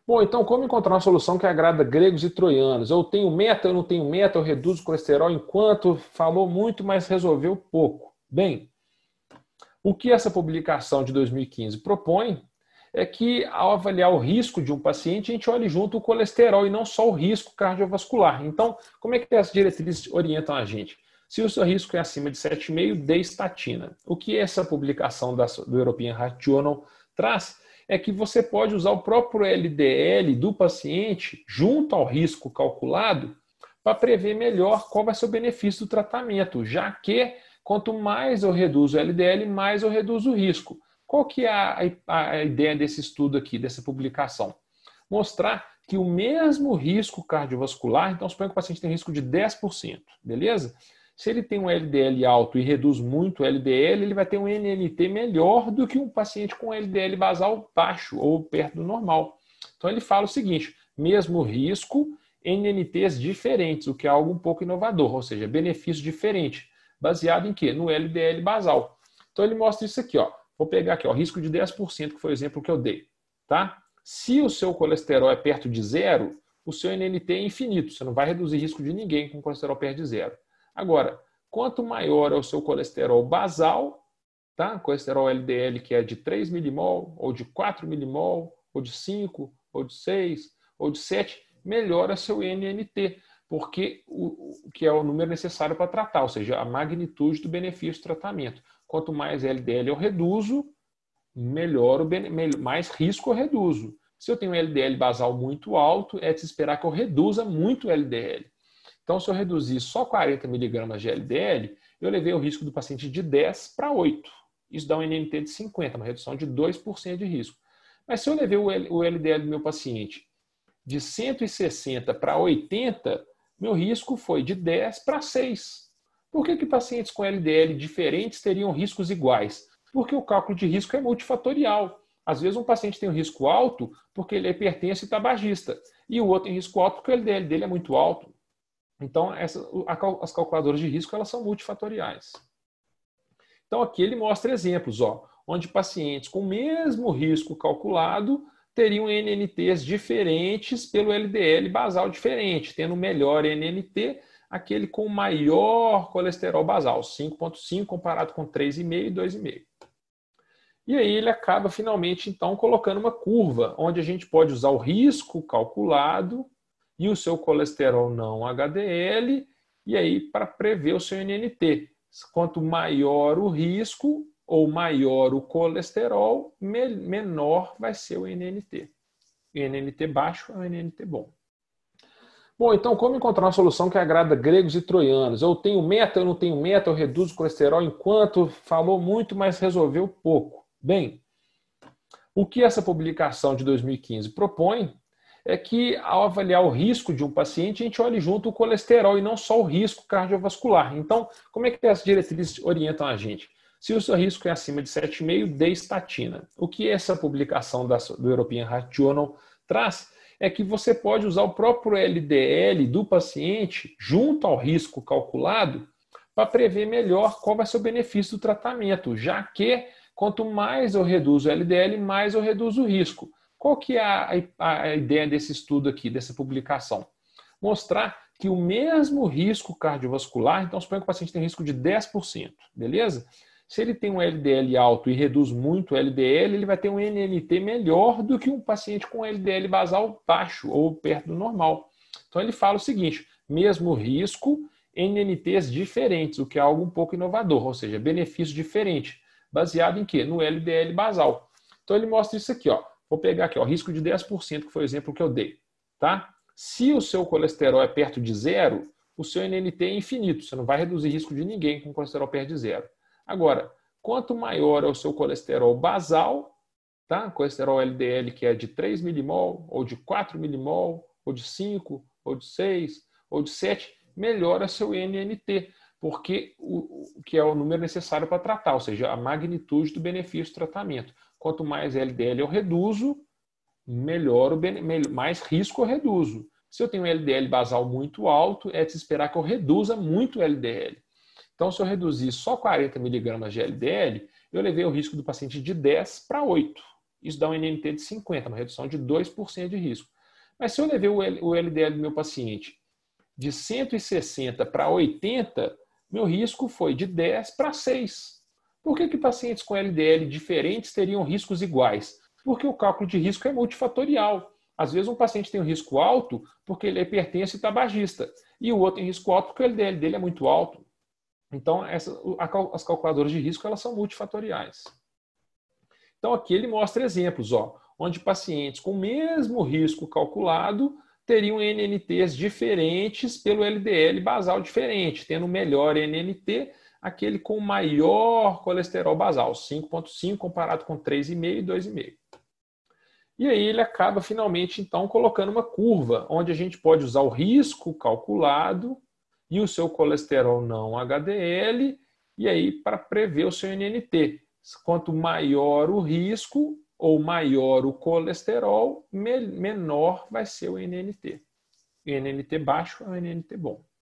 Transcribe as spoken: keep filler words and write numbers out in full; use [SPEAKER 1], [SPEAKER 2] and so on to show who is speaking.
[SPEAKER 1] Bom, então como encontrar uma solução que agrada gregos e troianos? Eu tenho meta, eu não tenho meta, eu reduzo o colesterol enquanto falou muito, mas resolveu pouco. Bem, o que essa publicação de dois mil e quinze propõe é que, ao avaliar o risco de um paciente, a gente olhe junto o colesterol e não só o risco cardiovascular. Então, como é que as diretrizes orientam a gente? Se o seu risco é acima de sete vírgula cinco, dê estatina. O que essa publicação da, do European Heart Journal traz é que você pode usar o próprio L D L do paciente junto ao risco calculado para prever melhor qual vai ser o benefício do tratamento, já que quanto mais eu reduzo o L D L, mais eu reduzo o risco. Qual que é a, a, a ideia desse estudo aqui, dessa publicação? Mostrar que o mesmo risco cardiovascular, então suponha que o paciente tem risco de dez por cento, beleza? Se ele tem um L D L alto e reduz muito o L D L, ele vai ter um N N T melhor do que um paciente com L D L basal baixo ou perto do normal. Então ele fala o seguinte, mesmo risco, N N Ts diferentes, o que é algo um pouco inovador, ou seja, benefício diferente. Baseado em quê? No L D L basal. Então ele mostra isso aqui, ó. Vou pegar aqui, ó, risco de dez por cento, que foi o exemplo que eu dei, tá? Se o seu colesterol é perto de zero, o seu N N T é infinito, você não vai reduzir risco de ninguém com colesterol perto de zero. Agora, quanto maior é o seu colesterol basal, tá? Colesterol L D L que é de três milimol, ou de quatro milimol, ou de cinco, ou de seis, ou de sete, melhora seu N N T, porque o, o que é o número necessário para tratar, ou seja, a magnitude do benefício do tratamento. Quanto mais L D L eu reduzo, melhor o mais risco eu reduzo. Se eu tenho L D L basal muito alto, é de se esperar que eu reduza muito o L D L. Então, se eu reduzir só quarenta miligramas de L D L, eu levei o risco do paciente de dez para oito. Isso dá um N N T de cinquenta, uma redução de dois por cento de risco. Mas se eu levei o L D L do meu paciente de cento e sessenta para oitenta, meu risco foi de dez para seis. Por que que pacientes com L D L diferentes teriam riscos iguais? Porque o cálculo de risco é multifatorial. Às vezes um paciente tem um risco alto porque ele é hipertenso e tabagista, e o outro tem risco alto porque o L D L dele é muito alto. Então, essa, as calculadoras de risco elas são multifatoriais. Então, aqui ele mostra exemplos, ó, onde pacientes com o mesmo risco calculado teriam N N Ts diferentes pelo L D L basal diferente, tendo melhor N N T aquele com maior colesterol basal, cinco vírgula cinco comparado com três vírgula cinco e dois vírgula cinco. E aí ele acaba finalmente, então, colocando uma curva, onde a gente pode usar o risco calculado e o seu colesterol não H D L, e aí para prever o seu N N T. Quanto maior o risco ou maior o colesterol, menor vai ser o N N T. N N T baixo é o N N T bom. Bom, então como encontrar uma solução que agrada gregos e troianos? Eu tenho meta, eu não tenho meta, eu reduzo o colesterol enquanto falou muito, mas resolveu pouco. Bem, o que essa publicação de dois mil e quinze propõe é que, ao avaliar o risco de um paciente, a gente olhe junto o colesterol e não só o risco cardiovascular. Então, como é que as diretrizes orientam a gente? Se o seu risco é acima de sete vírgula cinco, dê estatina. O que essa publicação da, do European Heart Journal traz é que você pode usar o próprio L D L do paciente junto ao risco calculado para prever melhor qual vai ser o benefício do tratamento, já que quanto mais eu reduzo o L D L, mais eu reduzo o risco. Qual que é a, a, a ideia desse estudo aqui, dessa publicação? Mostrar que o mesmo risco cardiovascular, então suponha que o paciente tem risco de dez por cento, beleza? Se ele tem um L D L alto e reduz muito o L D L, ele vai ter um N N T melhor do que um paciente com L D L basal baixo ou perto do normal. Então ele fala o seguinte, mesmo risco, N N Ts diferentes, o que é algo um pouco inovador, ou seja, benefício diferente. Baseado em quê? No L D L basal. Então ele mostra isso aqui, ó. Vou pegar aqui, ó, risco de dez por cento, que foi o exemplo que eu dei, tá? Se o seu colesterol é perto de zero, o seu N N T é infinito, você não vai reduzir risco de ninguém com colesterol perto de zero. Agora, quanto maior é o seu colesterol basal, tá? Colesterol L D L que é de três milimol, ou de quatro milimol, ou de cinco, ou de seis, ou de sete, melhora seu N N T, porque o, o que é o número necessário para tratar, ou seja, a magnitude do benefício do tratamento. Quanto mais L D L eu reduzo, melhor o mais risco eu reduzo. Se eu tenho um L D L basal muito alto, é de se esperar que eu reduza muito o L D L. Então, se eu reduzir só quarenta miligramas de L D L, eu levei o risco do paciente de dez para oito. Isso dá um N N T de cinquenta, uma redução de dois por cento de risco. Mas se eu levei o L D L do meu paciente de cento e sessenta para oitenta, meu risco foi de dez para seis. Por que que pacientes com L D L diferentes teriam riscos iguais? Porque o cálculo de risco é multifatorial. Às vezes um paciente tem um risco alto porque ele é hipertenso e tabagista, e o outro tem risco alto porque o L D L dele é muito alto. Então, essa, as calculadoras de risco elas são multifatoriais. Então, aqui ele mostra exemplos, ó, onde pacientes com o mesmo risco calculado teriam N N Ts diferentes pelo L D L basal diferente, tendo o melhor N N T, aquele com maior colesterol basal, cinco vírgula cinco comparado com três vírgula cinco e dois vírgula cinco. E aí ele acaba finalmente, então, colocando uma curva, onde a gente pode usar o risco calculado e o seu colesterol não H D L, e aí para prever o seu N N T. Quanto maior o risco ou maior o colesterol, menor vai ser o N N T. N N T baixo é o N N T bom.